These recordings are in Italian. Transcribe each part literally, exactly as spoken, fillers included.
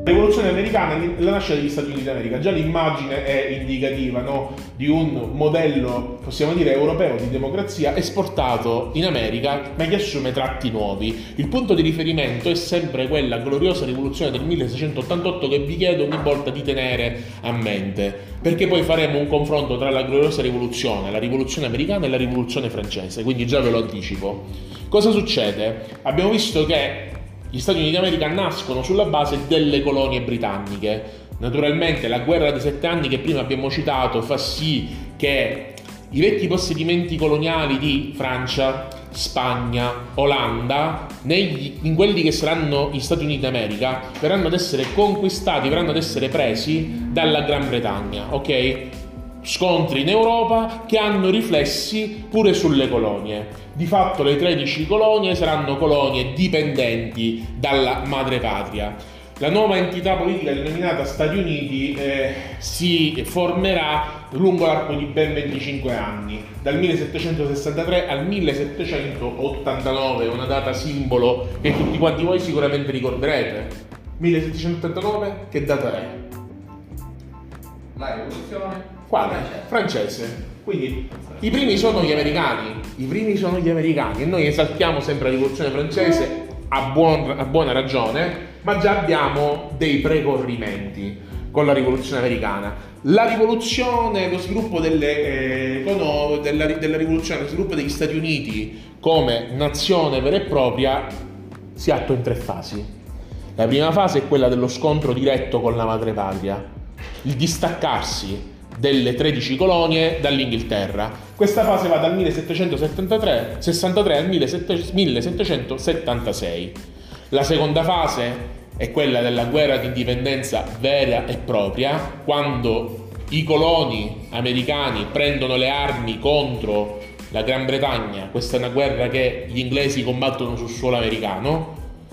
La rivoluzione americana è la nascita degli Stati Uniti d'America. Già l'immagine è indicativa, no? Di un modello, possiamo dire, europeo di democrazia esportato in America, ma che assume tratti nuovi. Il punto di riferimento è sempre quella gloriosa rivoluzione del milleseicentottantotto che vi chiedo ogni volta di tenere a mente, perché poi faremo un confronto tra la gloriosa rivoluzione, la rivoluzione americana e la rivoluzione francese, quindi già ve lo anticipo. Cosa succede? Abbiamo visto che gli Stati Uniti d'America nascono sulla base delle colonie britanniche. Naturalmente la guerra dei sette anni che prima abbiamo citato fa sì che i vecchi possedimenti coloniali di Francia, Spagna, Olanda, negli, in quelli che saranno gli Stati Uniti d'America, verranno ad essere conquistati, verranno ad essere presi dalla Gran Bretagna, ok? Scontri in Europa che hanno riflessi pure sulle colonie. Di fatto le tredici colonie saranno colonie dipendenti dalla madrepatria. La nuova entità politica denominata Stati Uniti eh, si formerà lungo l'arco di ben venticinque anni, dal millesettecentosessantatré al millesettecentottantanove, una data simbolo che tutti quanti voi sicuramente ricorderete. millesettecentottantanove, che data è? La rivoluzione Quale? Francese. Quindi i primi sono gli americani, i primi sono gli americani e noi esaltiamo sempre la rivoluzione francese a, buon, a buona ragione, ma già abbiamo dei precorrimenti con la rivoluzione americana. La rivoluzione, lo sviluppo delle, eh, della, della rivoluzione, lo sviluppo degli Stati Uniti come nazione vera e propria si attua in tre fasi. La prima fase è quella dello scontro diretto con la madrepatria, il distaccarsi delle tredici colonie dall'Inghilterra. Questa fase va dal millesettecentosessantatré al millesettecentosettantasei. La seconda fase è quella della guerra di indipendenza vera e propria, quando i coloni americani prendono le armi contro la Gran Bretagna. Questa è una guerra che gli inglesi combattono sul suolo americano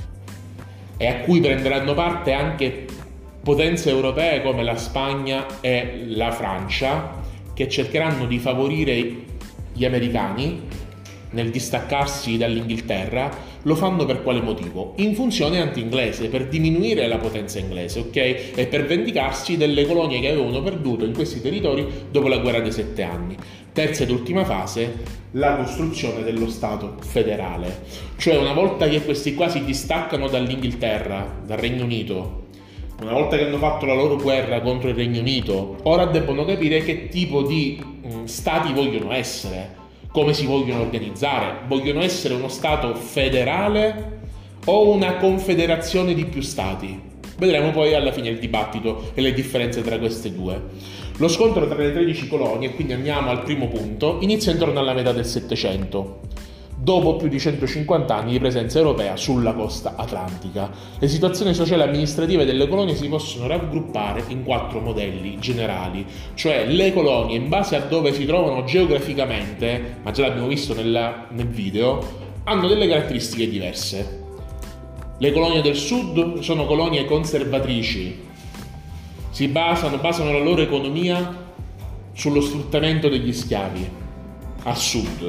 e a cui prenderanno parte anche potenze europee come la Spagna e la Francia, che cercheranno di favorire gli americani nel distaccarsi dall'Inghilterra. Lo fanno per quale motivo? In funzione anti-inglese, per diminuire la potenza inglese, ok? E per vendicarsi delle colonie che avevano perduto in questi territori dopo la guerra dei sette anni. Terza ed ultima fase, la costruzione dello Stato federale. Cioè, una volta che questi qua si distaccano dall'Inghilterra, dal Regno Unito, una volta che hanno fatto la loro guerra contro il Regno Unito, ora debbono capire che tipo di mh, stati vogliono essere, come si vogliono organizzare. Vogliono essere uno stato federale o una confederazione di più stati? Vedremo poi alla fine il dibattito e le differenze tra queste due. Lo scontro tra le tredici colonie, quindi andiamo al primo punto, inizia intorno alla metà del Settecento. Dopo più di centocinquanta anni di presenza europea sulla costa atlantica. Le situazioni sociali e amministrative delle colonie si possono raggruppare in quattro modelli generali, cioè le colonie in base a dove si trovano geograficamente, ma già l'abbiamo visto nella, nel video, hanno delle caratteristiche diverse. Le colonie del sud sono colonie conservatrici, si basano, basano la loro economia sullo sfruttamento degli schiavi a sud.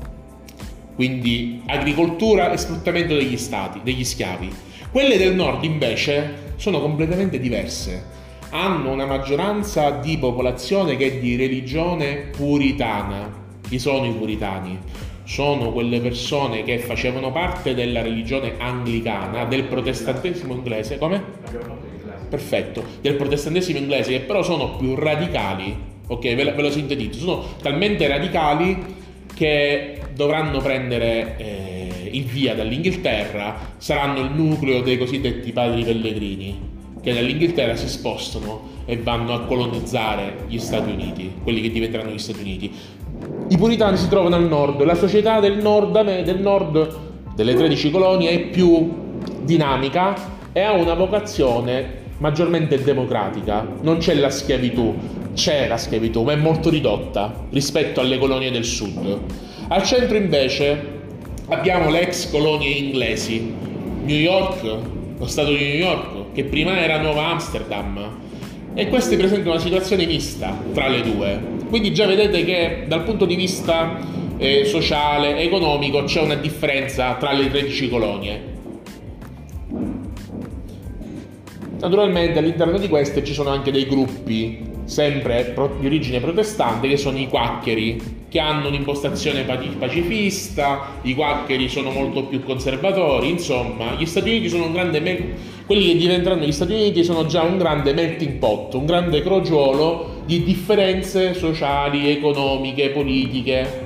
Quindi agricoltura e sfruttamento degli stati, degli schiavi. Quelle del nord invece sono completamente diverse. Hanno una maggioranza di popolazione che è di religione puritana. Chi sono i puritani? Sono quelle persone che facevano parte della religione anglicana, del protestantesimo inglese. Come? Perfetto. Del protestantesimo inglese, che però sono più radicali. Ok, ve lo, ve lo sintetizzo. Sono talmente radicali che dovranno prendere eh, il via dall'Inghilterra, saranno il nucleo dei cosiddetti padri pellegrini, che dall'Inghilterra si spostano e vanno a colonizzare gli Stati Uniti, quelli che diventeranno gli Stati Uniti. I puritani si trovano al nord, la società del nord, del nord delle tredici colonie è più dinamica e ha una vocazione maggiormente democratica. Non c'è la schiavitù, c'è la schiavitù, ma è molto ridotta rispetto alle colonie del sud. Al centro invece abbiamo le ex colonie inglesi, New York, lo stato di New York, che prima era Nuova Amsterdam, e questi presentano una situazione mista tra le due. Quindi già vedete che dal punto di vista eh, sociale, economico, c'è una differenza tra le tredici colonie. Naturalmente all'interno di queste ci sono anche dei gruppi sempre di origine protestante, che sono i quaccheri, che hanno un'impostazione pacifista. I quaccheri sono molto più conservatori. Insomma, gli Stati Uniti sono un grande mel- quelli che diventeranno gli Stati Uniti sono già un grande melting pot, un grande crogiolo di differenze sociali, economiche, politiche.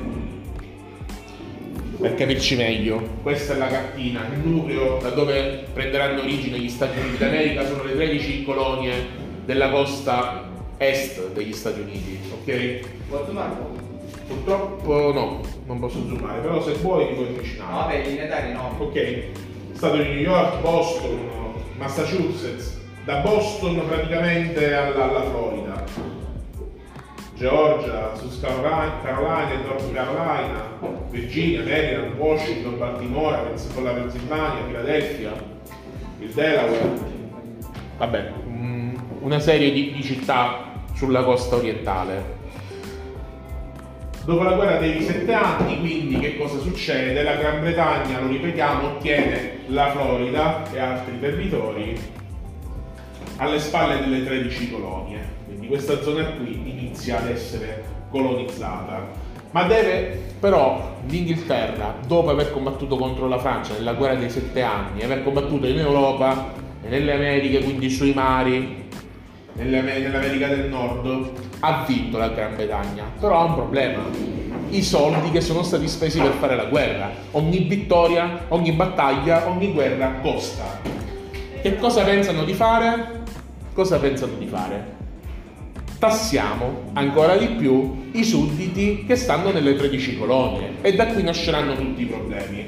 Per capirci meglio, questa è la cartina, il nucleo da dove prenderanno origine gli Stati Uniti d'America sono le tredici colonie della costa est degli Stati Uniti, ok? Può zoomare? Purtroppo no, non posso zoomare, però se vuoi ti puoi avvicinare. No, vabbè, in Italia no. Ok, Stato di New York, Boston, Massachusetts, da Boston praticamente alla, alla Florida, Georgia, South Carolina, Carolina, North Carolina, Virginia, Maryland, Washington, Baltimora, Pens- la Pennsylvania, Philadelphia, il Delaware, vabbè, mm, una serie di, di città sulla costa orientale. Dopo la guerra dei sette anni, quindi, che cosa succede? La Gran Bretagna, lo ripetiamo, ottiene la Florida e altri territori alle spalle delle tredici colonie. Quindi questa zona qui inizia ad essere colonizzata. Ma deve, però, l'Inghilterra, dopo aver combattuto contro la Francia nella guerra dei sette anni, aver combattuto in Europa e nelle Americhe, quindi sui mari, nell'America del Nord, ha vinto la Gran Bretagna. Però ha un problema: i soldi che sono stati spesi per fare la guerra. Ogni vittoria, ogni battaglia, ogni guerra costa. Che cosa pensano di fare? Cosa pensano di fare? Tassiamo ancora di più i sudditi che stanno nelle tredici colonie, e da qui nasceranno tutti i problemi,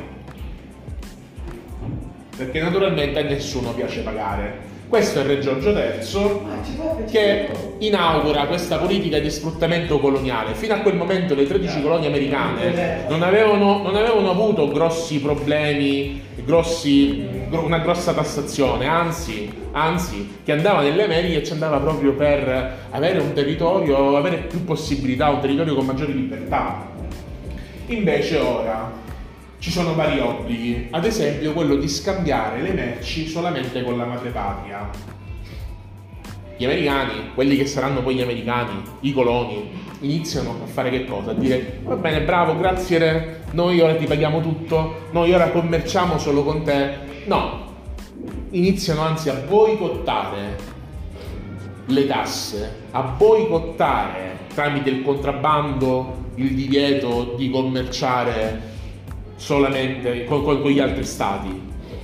perché naturalmente a nessuno piace pagare. Questo è il Re Giorgio terzo che inaugura questa politica di sfruttamento coloniale. Fino a quel momento le tredici colonie americane non avevano, non avevano avuto grossi problemi, grossi, una grossa tassazione, anzi, anzi, chi andava nelle Americhe ci andava proprio per avere un territorio, avere più possibilità, un territorio con maggiori libertà. Invece ora ci sono vari obblighi, ad esempio quello di scambiare le merci solamente con la madrepatria. Gli americani, quelli che saranno poi gli americani, i coloni, iniziano a fare che cosa? A dire: va bene, bravo, grazie re, noi ora ti paghiamo tutto, noi ora commerciamo solo con te. No, iniziano anzi a boicottare le tasse, a boicottare tramite il contrabbando il divieto di commerciare solamente con, con, con gli altri stati.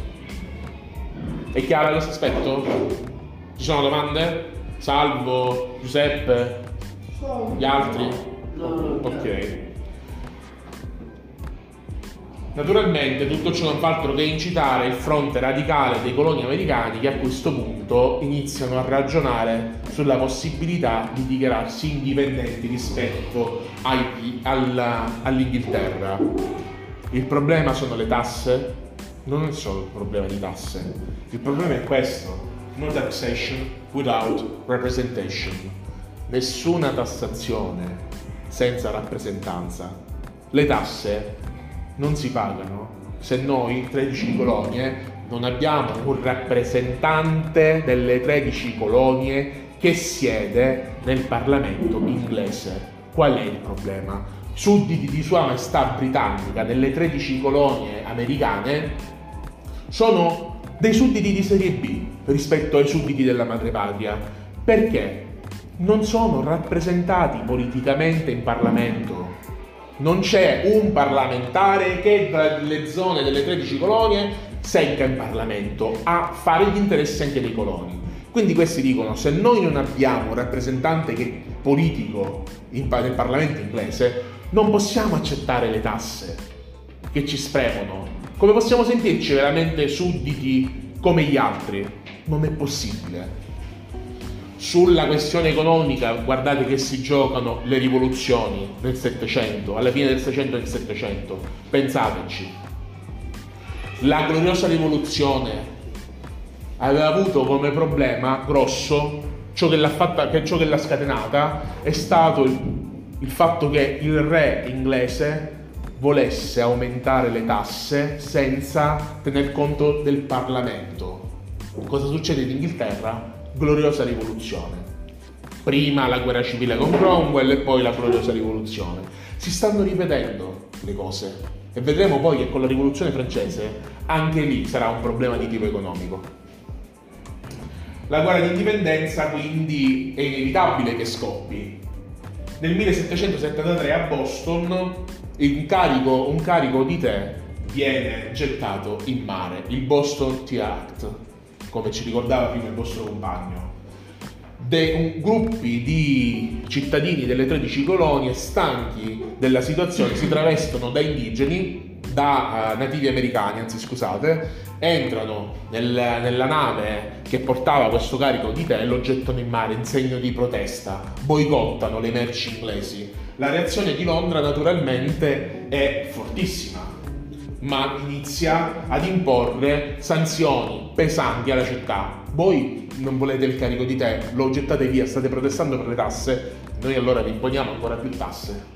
È chiaro questo aspetto? Ci sono domande? Salvo, Giuseppe, gli altri? Ok. Naturalmente tutto ciò non fa altro che incitare il fronte radicale dei coloni americani, che a questo punto iniziano a ragionare sulla possibilità di dichiararsi indipendenti rispetto ai, alla, all'Inghilterra. Il problema sono le tasse? Non è solo il problema di tasse, il problema è questo: no taxation without representation. Nessuna tassazione senza rappresentanza. Le tasse non si pagano se noi, tredici colonie, non abbiamo un rappresentante delle tredici colonie che siede nel Parlamento inglese. Qual è il problema? Sudditi di Sua Maestà Britannica delle tredici colonie americane sono dei sudditi di serie B rispetto ai sudditi della madrepatria, perché non sono rappresentati politicamente in Parlamento. Non c'è un parlamentare che dalle zone delle tredici colonie secca in Parlamento a fare gli interessi anche dei coloni. Quindi questi dicono: se noi non abbiamo un rappresentante che, politico in, nel Parlamento inglese, non possiamo accettare le tasse che ci spremono. Come possiamo sentirci veramente sudditi come gli altri? Non è possibile. Sulla questione economica, guardate che si giocano le rivoluzioni nel Settecento, alla fine del Seicento e del Settecento. Pensateci. La gloriosa rivoluzione aveva avuto come problema grosso, ciò che l'ha fatta, che ciò che l'ha scatenata è stato il, il fatto che il re inglese volesse aumentare le tasse senza tener conto del Parlamento. Cosa succede in Inghilterra? Gloriosa rivoluzione. Prima la guerra civile con Cromwell e poi la gloriosa rivoluzione. Si stanno ripetendo le cose e vedremo poi che con la rivoluzione francese anche lì sarà un problema di tipo economico. La guerra di indipendenza quindi è inevitabile che scoppi. Nel millesettecentosettantatré a Boston un carico, un carico di tè viene gettato in mare, il Boston Tea Act, come ci ricordava prima il vostro compagno. De, un, gruppi di cittadini delle tredici colonie stanchi della situazione si travestono da indigeni, da uh, nativi americani, anzi scusate, entrano nel, nella nave che portava questo carico di tè e lo gettano in mare in segno di protesta, boicottano le merci inglesi. La reazione di Londra naturalmente è fortissima, ma inizia ad imporre sanzioni pesanti alla città. Voi non volete il carico di tè, lo gettate via, state protestando per le tasse, noi allora vi imponiamo ancora più tasse.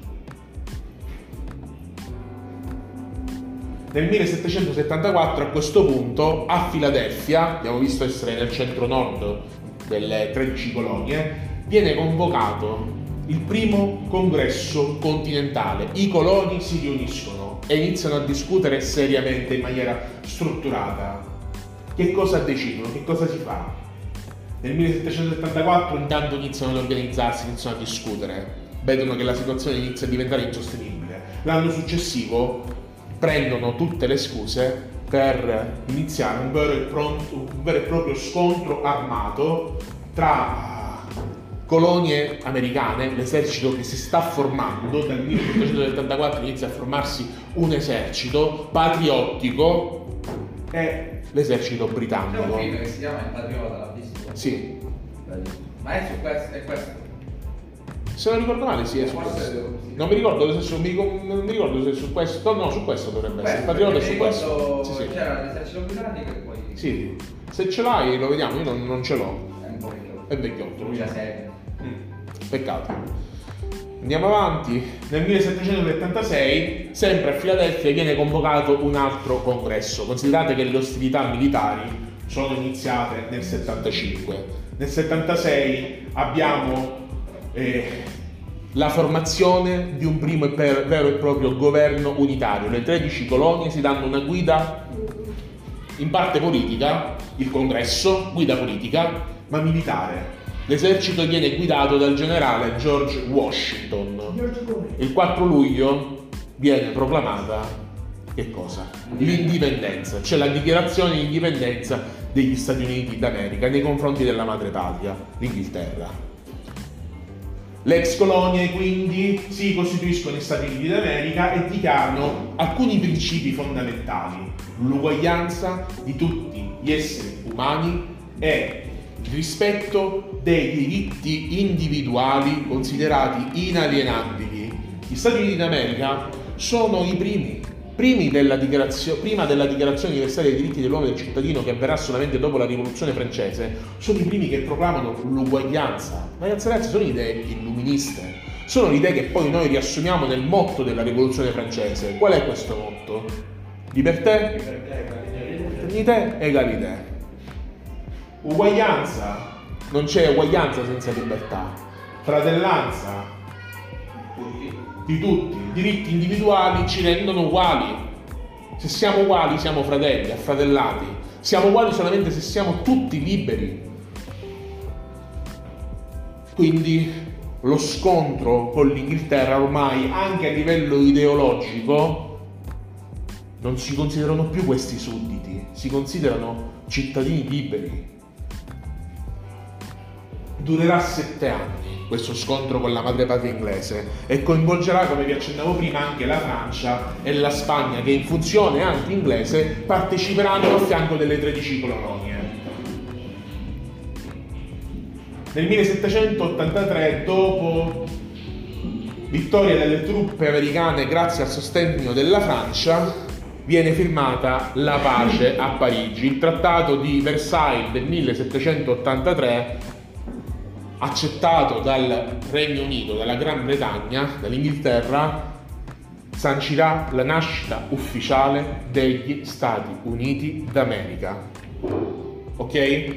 Nel millesettecentosettantaquattro a questo punto a Filadelfia, abbiamo visto essere nel centro-nord delle tredici colonie, viene convocato il primo congresso continentale. I coloni si riuniscono e iniziano a discutere seriamente in maniera strutturata. Che cosa decidono? Che cosa si fa? Nel millesettecentosettantaquattro intanto iniziano ad organizzarsi, iniziano a discutere, vedono che la situazione inizia a diventare insostenibile. L'anno successivo prendono tutte le scuse per iniziare un vero e, pronto, un vero e proprio scontro armato tra colonie americane, l'esercito che si sta formando. Dal millesettecentosettantaquattro inizia a formarsi un esercito patriottico e l'esercito britannico. C'è un film che si chiama Il Patriota, l'ha visto? Sì. Ma è su questo, è questo. Se non ricordo male, sì, è su questo. Non mi ricordo se su, non mi ricordo se su questo. No, no, su questo dovrebbe essere. Il Patriota è su questo. Sì, sì. C'era l'esercito britannico e poi. Sì, se ce l'hai lo vediamo, io non, non ce l'ho. È un po' vecchiotto. È vecchiotto. duemilasei. Mm. Peccato. Andiamo avanti. Nel millesettecentosettantasei, sempre a Filadelfia, viene convocato un altro congresso. Considerate che le ostilità militari sono iniziate nel settantacinque. Nel settantasei abbiamo Eh, la formazione di un primo e per, vero e proprio governo unitario. Le tredici colonie si danno una guida in parte politica, il congresso, guida politica, ma militare. L'esercito viene guidato dal generale George Washington. Il quattro luglio viene proclamata che cosa? L'indipendenza, cioè la dichiarazione di indipendenza degli Stati Uniti d'America nei confronti della madrepatria, l'Inghilterra. Le ex colonie quindi si costituiscono in Stati Uniti d'America e dichiarano alcuni principi fondamentali: l'uguaglianza di tutti gli esseri umani e il rispetto dei diritti individuali considerati inalienabili. Gli Stati Uniti d'America sono i primi Primi della dichiarazio- prima della dichiarazione universale dei diritti dell'uomo e del cittadino, che avverrà solamente dopo la rivoluzione francese, sono i primi che proclamano l'uguaglianza. Ragazzi, ragazzi, sono idee illuministe, sono le idee che poi noi riassumiamo nel motto della rivoluzione francese. Qual è questo motto? Libertà, fraternità, egalità. Uguaglianza, non c'è uguaglianza senza libertà. Fratellanza di tutti, diritti individuali ci rendono uguali. Se siamo uguali siamo fratelli, affratellati. Siamo uguali solamente se siamo tutti liberi. Quindi lo scontro con l'Inghilterra ormai, anche a livello ideologico, non si considerano più questi sudditi, si considerano cittadini liberi. Durerà sette anni questo scontro con la madrepatria inglese e coinvolgerà, come vi accennavo prima, anche la Francia e la Spagna, che in funzione anti-inglese parteciperanno a fianco delle tredici colonie. Nel millesettecentottantatré, dopo vittoria delle truppe americane grazie al sostegno della Francia, viene firmata la pace a Parigi. Il trattato di Versailles del millesettecentottantatré, accettato dal Regno Unito, dalla Gran Bretagna, dall'Inghilterra, sancirà la nascita ufficiale degli Stati Uniti d'America. ok?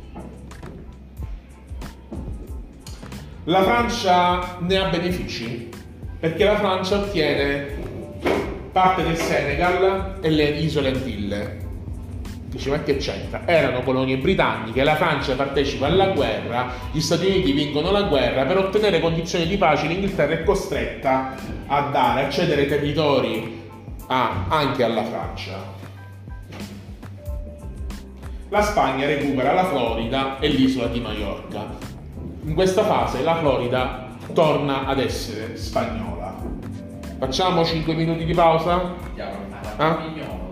La Francia ne ha benefici, perché la Francia ottiene parte del Senegal e le isole Antille. Dice, ma che c'entra? Erano colonie britanniche, la Francia partecipa alla guerra, gli Stati Uniti vincono la guerra, per ottenere condizioni di pace l'Inghilterra è costretta a dare, a cedere territori a, anche alla Francia. La Spagna recupera la Florida e l'isola di Maiorca. In questa fase la Florida torna ad essere spagnola. Facciamo cinque minuti di pausa? Ah?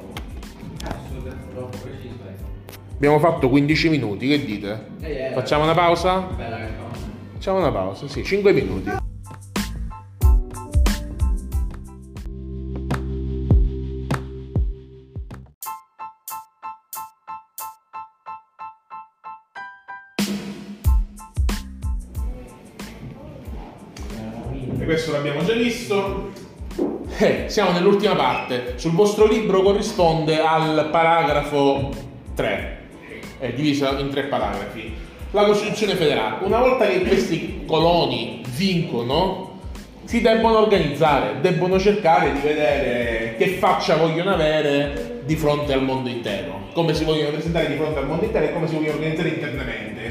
Abbiamo fatto quindici minuti, che dite? Facciamo una pausa? Facciamo una pausa, sì, cinque minuti. E questo l'abbiamo già visto. Eh, siamo nell'ultima parte. Sul vostro libro corrisponde al paragrafo tre. È divisa in tre paragrafi. La Costituzione federale. Una volta che questi coloni vincono, si debbono organizzare, debbono cercare di vedere che faccia vogliono avere di fronte al mondo intero, come si vogliono presentare di fronte al mondo intero e come si vogliono organizzare internamente.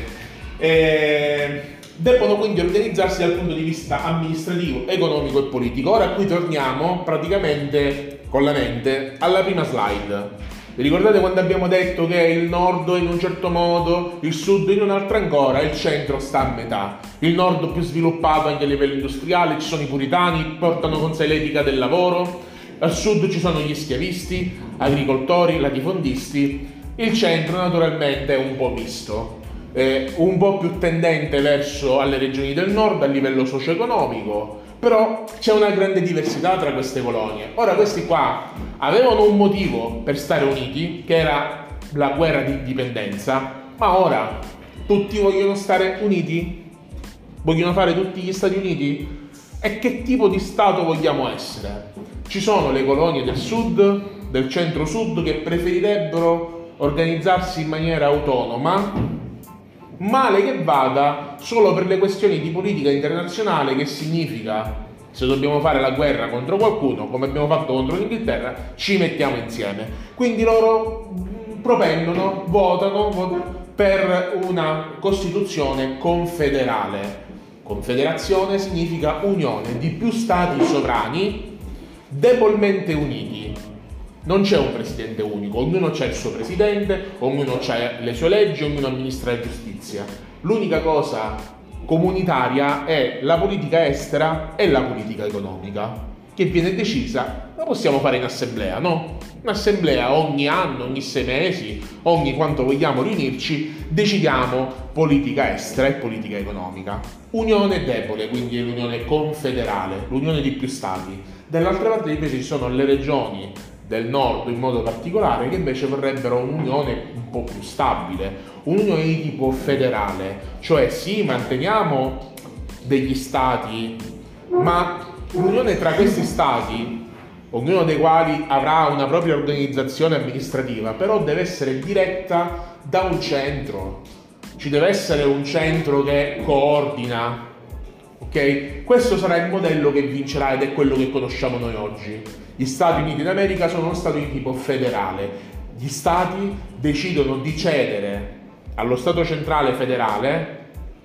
E debbono quindi organizzarsi dal punto di vista amministrativo, economico e politico. Ora qui torniamo praticamente con la mente alla prima slide. Vi ricordate quando abbiamo detto che il nord in un certo modo, il sud in un altro ancora, il centro sta a metà. Il nord più sviluppato anche a livello industriale, ci sono i puritani, portano con sé l'etica del lavoro. Al sud ci sono gli schiavisti, agricoltori, latifondisti. Il centro naturalmente è un po' misto, è un po' più tendente verso alle regioni del nord a livello socio-economico, però c'è una grande diversità tra queste colonie. Ora questi qua avevano un motivo per stare uniti, che era la guerra di indipendenza, ma ora tutti vogliono stare uniti? Vogliono fare tutti gli Stati Uniti? E che tipo di Stato vogliamo essere? Ci sono le colonie del sud, del centro-sud, che preferirebbero organizzarsi in maniera autonoma, male che vada, solo per le questioni di politica internazionale, che significa, se dobbiamo fare la guerra contro qualcuno, come abbiamo fatto contro l'Inghilterra, ci mettiamo insieme. Quindi loro propendono, votano, votano per una Costituzione confederale. Confederazione significa unione di più stati sovrani debolmente uniti. Non c'è un presidente unico, ognuno c'ha il suo presidente, ognuno c'ha le sue leggi, ognuno amministra la giustizia. L'unica cosa comunitaria è la politica estera e la politica economica, che viene decisa, la possiamo fare in assemblea, no? In assemblea ogni anno, ogni sei mesi, ogni quanto vogliamo riunirci, decidiamo politica estera e politica economica. Unione debole, quindi l'unione confederale, l'unione di più stati. Dall'altra parte invece ci sono le regioni del nord in modo particolare, che invece vorrebbero un'unione un po' più stabile, un'unione di tipo federale, cioè sì, manteniamo degli stati, ma l'unione tra questi stati, ognuno dei quali avrà una propria organizzazione amministrativa, però deve essere diretta da un centro, ci deve essere un centro che coordina, ok? Questo sarà il modello che vincerà ed è quello che conosciamo noi oggi. Gli Stati Uniti d'America sono uno Stato di tipo federale. Gli Stati decidono di cedere allo Stato centrale federale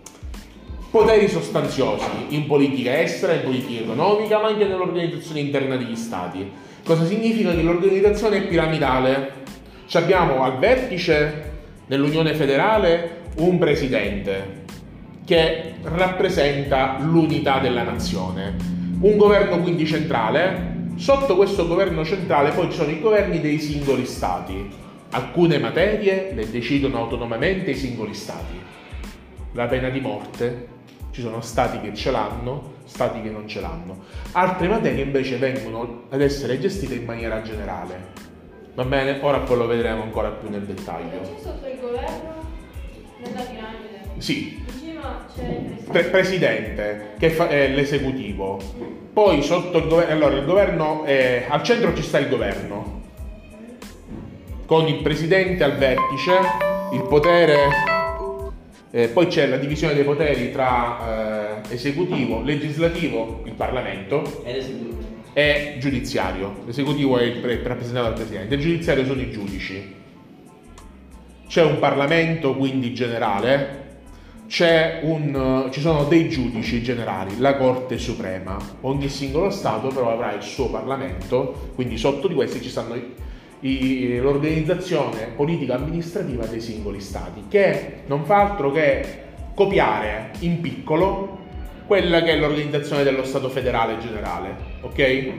poteri sostanziosi in politica estera, in politica economica, ma anche nell'organizzazione interna degli Stati. Cosa significa? Che l'organizzazione è piramidale. Ci abbiamo al vertice dell'Unione federale un presidente che rappresenta l'unità della nazione, un governo quindi centrale. Sotto questo governo centrale poi ci sono i governi dei singoli stati. Alcune materie le decidono autonomamente i singoli stati. La pena di morte, ci sono stati che ce l'hanno, stati che non ce l'hanno. Altre materie invece vengono ad essere gestite in maniera generale. Va bene? Ora poi lo vedremo ancora più nel dettaglio. C'è sotto il governo, nella piramide? Sì. Vicino c'è il presidente. Pre- presidente, che fa- è l'esecutivo. Poi sotto il governo, allora il governo, è, al centro ci sta il governo, con il presidente al vertice il potere, eh, poi c'è la divisione dei poteri tra eh, esecutivo, legislativo, il Parlamento, Ed esecutivo. e giudiziario. L'esecutivo è il pre- rappresentato dal Presidente, il giudiziario sono i giudici. C'è un Parlamento quindi generale, c'è un, ci sono dei giudici generali, la Corte Suprema. Ogni singolo Stato però avrà il suo Parlamento, quindi sotto di questi ci stanno i, i, l'organizzazione politica amministrativa dei singoli Stati, che non fa altro che copiare in piccolo quella che è l'organizzazione dello Stato federale generale, ok?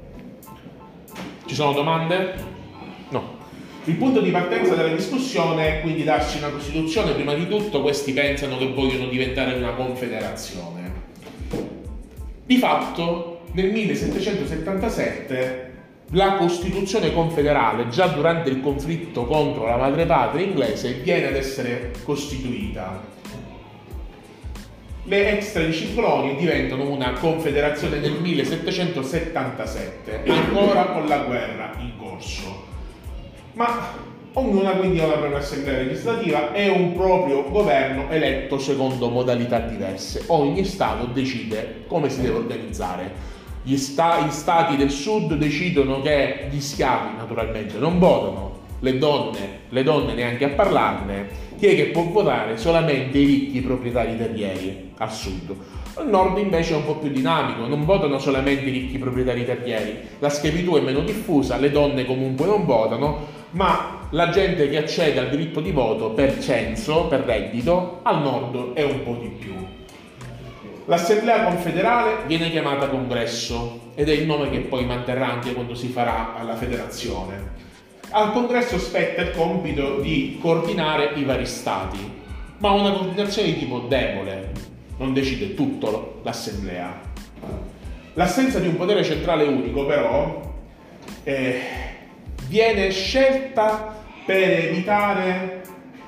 Ci sono domande? No. Il punto di partenza della discussione è quindi darci una Costituzione. Prima di tutto questi pensano che vogliono diventare una confederazione. Di fatto nel millesettecentosettantasette la Costituzione confederale, già durante il conflitto contro la madrepatria inglese, viene ad essere costituita. Le ex tredici colonie diventano una confederazione nel millesettecentosettantasette, ancora con la guerra in corso. Ma ognuna quindi ha una propria assemblea legislativa e un proprio governo eletto secondo modalità diverse. Ogni Stato decide come si deve organizzare. Gli, sta- gli Stati del Sud decidono che gli schiavi naturalmente non votano, le donne, le donne neanche a parlarne. Chi è che può votare? Solamente i ricchi proprietari terrieri al Sud. Al Nord invece è un po' più dinamico, non votano solamente i ricchi proprietari terrieri, la schiavitù è meno diffusa, le donne comunque non votano, ma la gente che accede al diritto di voto per censo, per reddito, al Nord è un po' di più. L'Assemblea confederale viene chiamata Congresso ed è il nome che poi manterrà anche quando si farà la federazione. Al Congresso spetta il compito di coordinare i vari Stati, ma una coordinazione di tipo debole. Non decide tutto l'Assemblea. L'assenza di un potere centrale unico, però, eh, viene scelta per evitare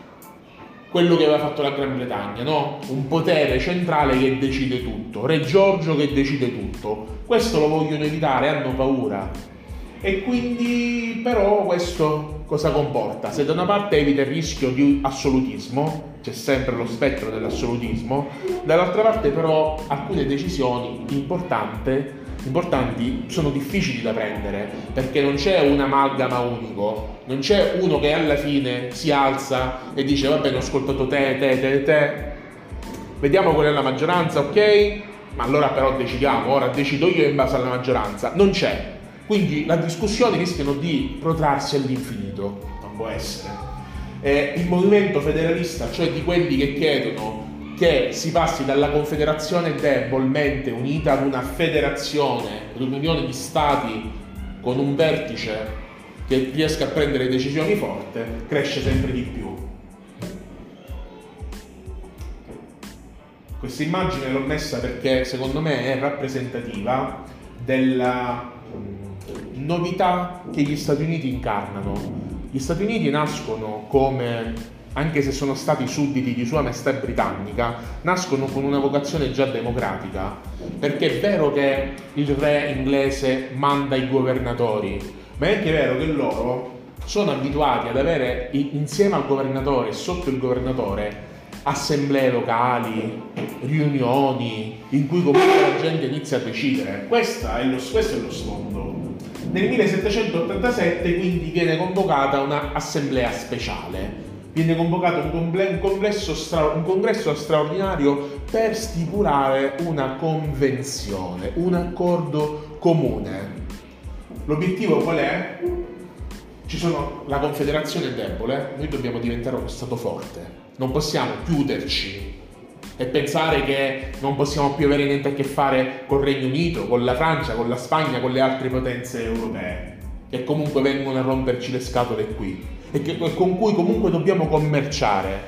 quello che aveva fatto la Gran Bretagna, no? Un potere centrale che decide tutto, Re Giorgio che decide tutto. Questo lo vogliono evitare, hanno paura. E quindi, però, questo cosa comporta? Se da una parte evita il rischio di assolutismo, c'è sempre lo spettro dell'assolutismo, dall'altra parte però alcune decisioni importanti, importanti sono difficili da prendere, perché non c'è un amalgama unico, non c'è uno che alla fine si alza e dice vabbè, ho ascoltato te, te, te, te, vediamo qual è la maggioranza, ok? Ma allora però decidiamo, ora decido io in base alla maggioranza. Non c'è. Quindi la discussione rischiano di protrarsi all'infinito, non può essere. Eh, il movimento federalista, cioè di quelli che chiedono che si passi dalla confederazione debolmente unita ad una federazione, ad un'unione di stati con un vertice che riesca a prendere decisioni forti, cresce sempre di più. Questa immagine l'ho messa perché secondo me è rappresentativa della novità che gli Stati Uniti incarnano. Gli Stati Uniti nascono come, anche se sono stati sudditi di Sua Maestà britannica, nascono con una vocazione già democratica, perché è vero che il re inglese manda i governatori, ma è anche vero che loro sono abituati ad avere insieme al governatore e sotto il governatore assemblee locali, riunioni in cui comunque la gente inizia a decidere. Questa è lo, questo è lo sfondo. Nel millesettecentottantasette quindi viene convocata una assemblea speciale, viene convocato un, comple- un, complesso stra- un congresso straordinario per stipulare una convenzione, un accordo comune. L'obiettivo qual è? Ci sono la confederazione debole, noi dobbiamo diventare uno Stato forte, non possiamo chiuderci e pensare che non possiamo più avere niente a che fare col Regno Unito, con la Francia, con la Spagna, con le altre potenze europee, che comunque vengono a romperci le scatole qui e che, con cui comunque dobbiamo commerciare.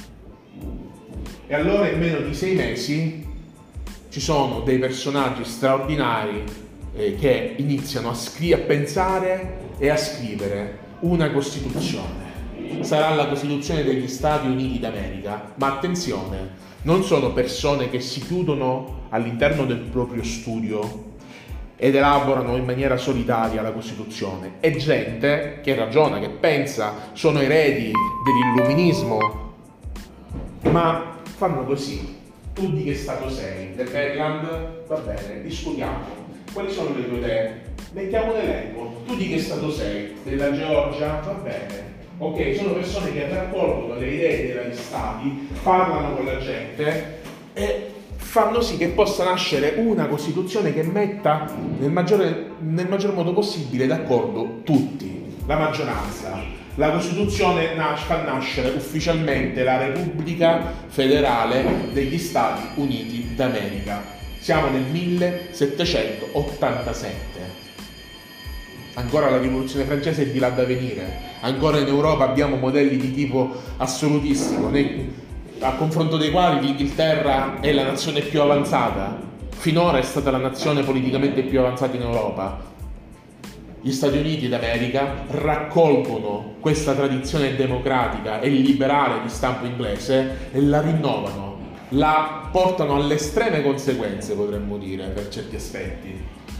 E allora in meno di sei mesi ci sono dei personaggi straordinari eh, che iniziano a, scri- a pensare e a scrivere una Costituzione. Sarà la Costituzione degli Stati Uniti d'America, ma attenzione, non sono persone che si chiudono all'interno del proprio studio ed elaborano in maniera solitaria la Costituzione, e gente che ragiona, che pensa, sono eredi dell'illuminismo, ma fanno così. Tu di che stato sei? Del Maryland? Va bene, discutiamo. Quali sono le tue idee? Mettiamo un elenco. Tu di che stato sei? Della Georgia? Va bene. Ok, sono persone che raccolgono le idee degli stati, parlano con la gente e fanno sì che possa nascere una Costituzione che metta nel, maggiore, nel maggior modo possibile d'accordo tutti, la maggioranza. La Costituzione nas- fa nascere ufficialmente la Repubblica Federale degli Stati Uniti d'America. Siamo nel millesettecentottantasette. Ancora la rivoluzione francese è di là da venire, ancora in Europa abbiamo modelli di tipo assolutistico, nei, a confronto dei quali l'Inghilterra è la nazione più avanzata, finora è stata la nazione politicamente più avanzata in Europa. Gli Stati Uniti d'America raccolgono questa tradizione democratica e liberale di stampo inglese e la rinnovano, la portano alle estreme conseguenze, potremmo dire, per certi aspetti.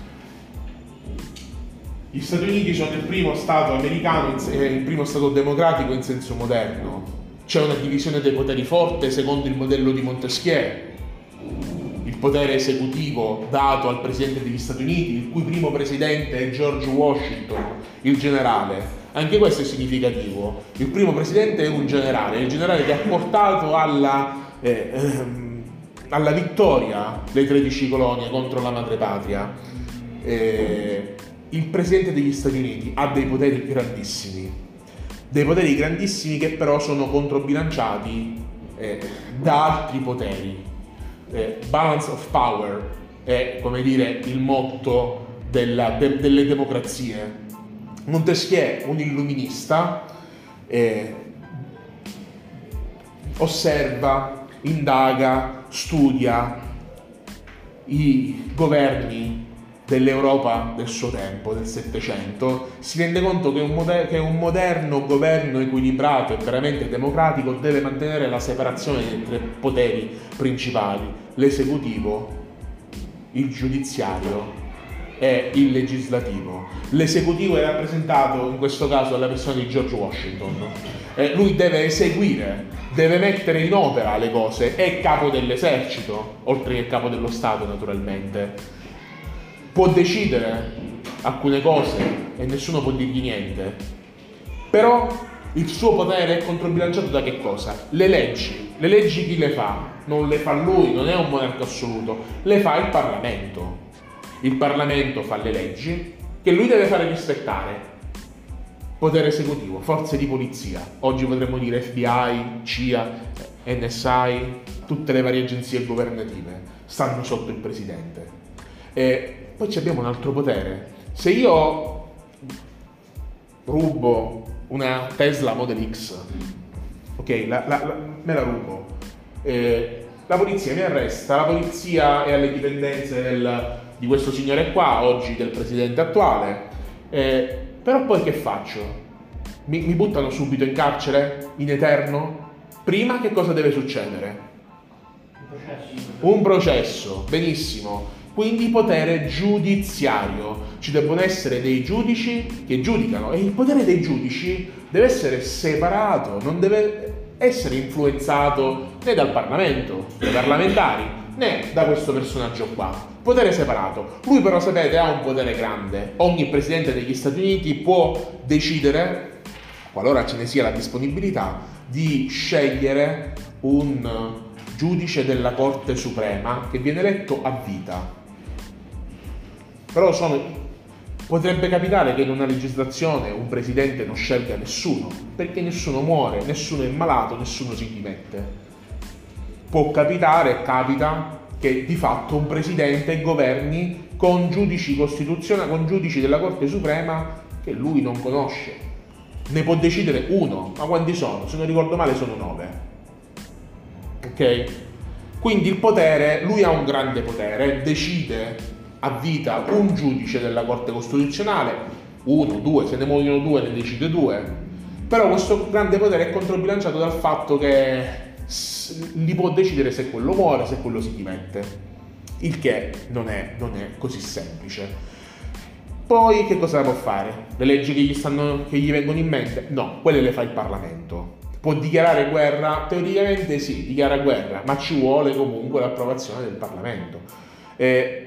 Gli Stati Uniti sono il primo stato americano, il primo stato democratico in senso moderno. C'è una divisione dei poteri forte secondo il modello di Montesquieu. Il potere esecutivo dato al presidente degli Stati Uniti, il cui primo presidente è George Washington, il generale. Anche questo è significativo. Il primo presidente è un generale, il generale che ha portato alla, eh, ehm, alla vittoria le tredici colonie contro la madrepatria. Eh, il presidente degli Stati Uniti ha dei poteri grandissimi, dei poteri grandissimi che però sono controbilanciati eh, da altri poteri. Eh, balance of power è, come dire, il motto della, de, delle democrazie. Montesquieu, un illuminista, eh, osserva, indaga, studia i governi dell'Europa del suo tempo, del Settecento, si rende conto che un, moder- che un moderno governo equilibrato e veramente democratico deve mantenere la separazione dei tre poteri principali: l'esecutivo, il giudiziario e il legislativo. L'esecutivo è rappresentato in questo caso dalla persona di George Washington. Eh, lui deve eseguire, deve mettere in opera le cose, è capo dell'esercito, oltre che capo dello Stato naturalmente. Può decidere alcune cose e nessuno può dirgli niente, però il suo potere è controbilanciato da che cosa? Le leggi. Le leggi chi le fa? Non le fa lui, non è un monarca assoluto, le fa il Parlamento. Il Parlamento fa le leggi che lui deve fare rispettare. Potere esecutivo, forze di polizia, oggi potremmo dire F B I, C I A, N S I, tutte le varie agenzie governative stanno sotto il presidente. E poi abbiamo un altro potere. Se io rubo una Tesla Model X, ok, la, la, la, me la rubo, eh, la polizia mi arresta, la polizia è alle dipendenze del, di questo signore qua, oggi del presidente attuale, eh, però poi che faccio? Mi, mi buttano subito in carcere, in eterno? Prima che cosa deve succedere? Un processo, benissimo. Quindi potere giudiziario, ci debbono essere dei giudici che giudicano e il potere dei giudici deve essere separato, non deve essere influenzato né dal Parlamento, dai parlamentari, né da questo personaggio qua. Potere separato. Lui però, sapete, ha un potere grande. Ogni presidente degli Stati Uniti può decidere, qualora ce ne sia la disponibilità, di scegliere un giudice della Corte Suprema che viene eletto a vita. Però sono, potrebbe capitare che in una legislazione un presidente non scelga nessuno, perché nessuno muore, nessuno è malato, nessuno si dimette. Può capitare, capita, che di fatto un presidente governi con giudici costituzionali, con giudici della Corte Suprema che lui non conosce. Ne può decidere uno, ma quanti sono? Se non ricordo male sono nove. Ok? Quindi il potere, lui ha un grande potere, decide a vita un giudice della Corte Costituzionale, uno, due, se ne muoiono due ne decide due, però questo grande potere è controbilanciato dal fatto che li può decidere se quello muore, se quello si dimette. il che non è, non è così semplice. Poi che cosa può fare? Le leggi che gli, stanno, che gli vengono in mente? No, quelle le fa il Parlamento. Può dichiarare guerra? Teoricamente sì, dichiara guerra, ma ci vuole comunque l'approvazione del Parlamento. Eh,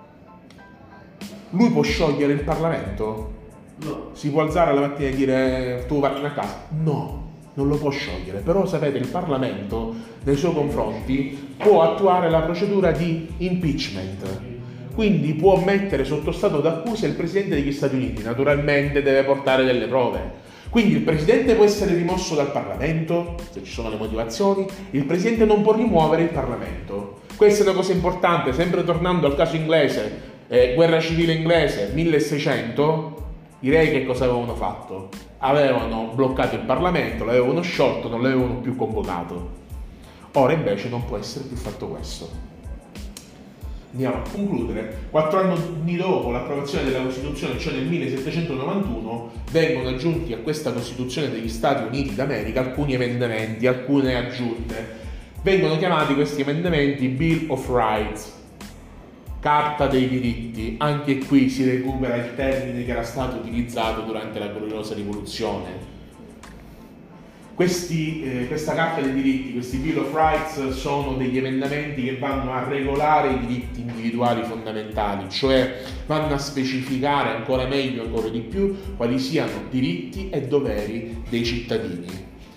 lui può sciogliere il Parlamento? No. Si può alzare la mattina e dire tu vattene a casa? No, non lo può sciogliere. Però sapete, il Parlamento nei suoi confronti può attuare la procedura di impeachment. Quindi può mettere sotto stato d'accusa il Presidente degli Stati Uniti. Naturalmente deve portare delle prove. Quindi il Presidente può essere rimosso dal Parlamento, se ci sono le motivazioni. Il Presidente non può rimuovere il Parlamento. Questa è una cosa importante, sempre tornando al caso inglese, eh, guerra civile inglese, milleseicento, i re che cosa avevano fatto? Avevano bloccato il Parlamento, l'avevano sciolto, non l'avevano più convocato. Ora invece non può essere più fatto questo. Andiamo a concludere. Quattro anni dopo l'approvazione della Costituzione, cioè nel millesettecentonovantuno, vengono aggiunti a questa Costituzione degli Stati Uniti d'America alcuni emendamenti, alcune aggiunte. Vengono chiamati questi emendamenti Bill of Rights, Carta dei diritti. Anche qui si recupera il termine che era stato utilizzato durante la gloriosa rivoluzione. Questi, eh, questa Carta dei diritti, questi Bill of Rights, sono degli emendamenti che vanno a regolare i diritti individuali fondamentali, cioè vanno a specificare ancora meglio, ancora di più, quali siano diritti e doveri dei cittadini,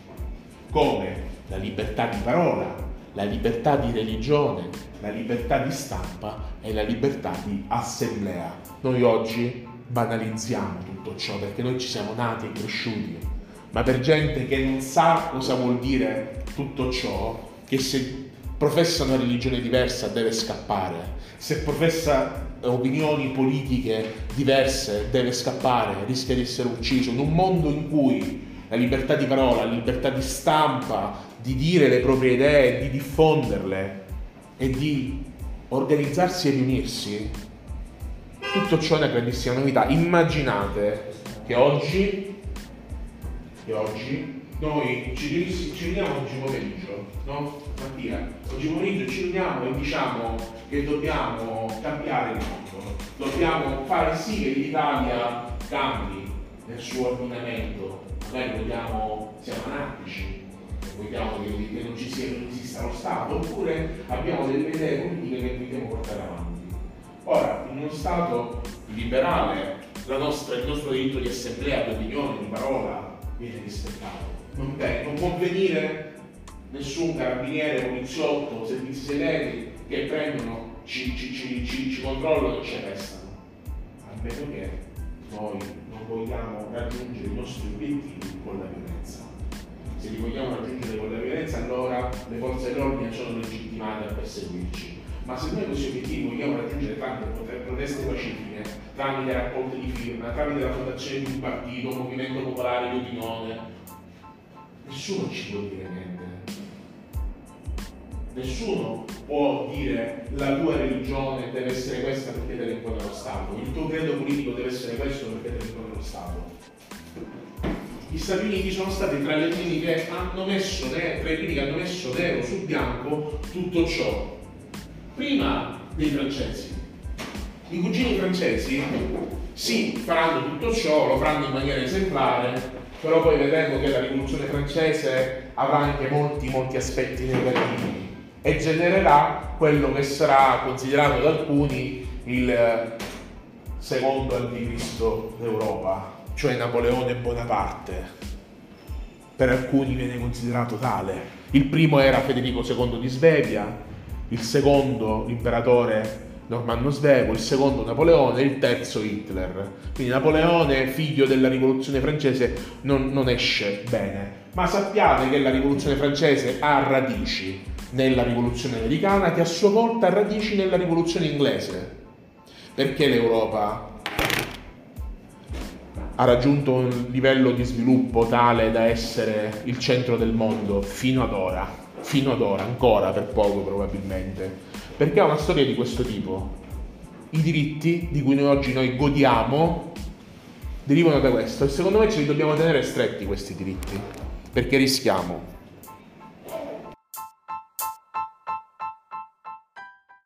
come la libertà di parola, la libertà di religione, la libertà di stampa e la libertà di assemblea. Noi oggi banalizziamo tutto ciò perché noi ci siamo nati e cresciuti. Ma per gente che non sa cosa vuol dire tutto ciò, che se professa una religione diversa deve scappare, se professa opinioni politiche diverse deve scappare, rischia di essere ucciso, in un mondo in cui la libertà di parola, la libertà di stampa, di dire le proprie idee, di diffonderle e di organizzarsi e riunirsi, tutto ciò è una grandissima novità. Immaginate che oggi che oggi noi ci, ci riuniamo oggi pomeriggio, no? Mattia, oggi pomeriggio ci riuniamo e diciamo che dobbiamo cambiare il mondo, dobbiamo fare sì che l'Italia cambi nel suo ordinamento, magari vogliamo, siamo anarchici, vogliamo che, che non ci sia, non esista lo Stato, oppure abbiamo delle idee politiche che vogliamo portare avanti. Ora, in uno Stato liberale, la nostra, il nostro diritto di assemblea, di opinione, di parola, viene rispettato. Non, non può venire nessun carabiniere, poliziotto, servizi segreti che prendono, ci, ci, ci, ci, ci controllano e ci arrestano. A meno che noi non vogliamo raggiungere i nostri obiettivi con la violenza. Se li vogliamo raggiungere con la violenza, allora le forze dell'ordine sono legittimate a perseguirci. Ma se noi questi obiettivi vogliamo raggiungere tramite proteste pacifiche, tramite raccolte di firme, tramite la fondazione di un partito, un movimento popolare di opinione, nessuno ci può dire niente. Nessuno può dire la tua religione deve essere questa perché te la impone lo Stato, il tuo credo politico deve essere questo perché te la impone lo Stato. Gli Stati Uniti sono stati tra le primi che hanno messo, tra i primi che hanno messo nero su bianco tutto ciò. Prima dei francesi. I cugini francesi sì, faranno tutto ciò, lo faranno in maniera esemplare, però poi vedremo che la rivoluzione francese avrà anche molti, molti aspetti negativi e genererà quello che sarà considerato da alcuni il secondo anticristo d'Europa, cioè Napoleone Bonaparte. Per alcuni viene considerato tale. Il primo era Federico secondo di Svevia, il secondo l'imperatore Normanno Svevo, il secondo Napoleone e il terzo Hitler. Quindi Napoleone, figlio della rivoluzione francese, non, non esce bene. Ma sappiate che la rivoluzione francese ha radici nella rivoluzione americana, che a sua volta ha radici nella rivoluzione inglese. Perché l'Europa ha raggiunto un livello di sviluppo tale da essere il centro del mondo fino ad ora? Fino ad ora, ancora per poco probabilmente, perché ha una storia di questo tipo. I diritti di cui noi oggi noi godiamo derivano da questo e secondo me ce li dobbiamo tenere stretti questi diritti, perché rischiamo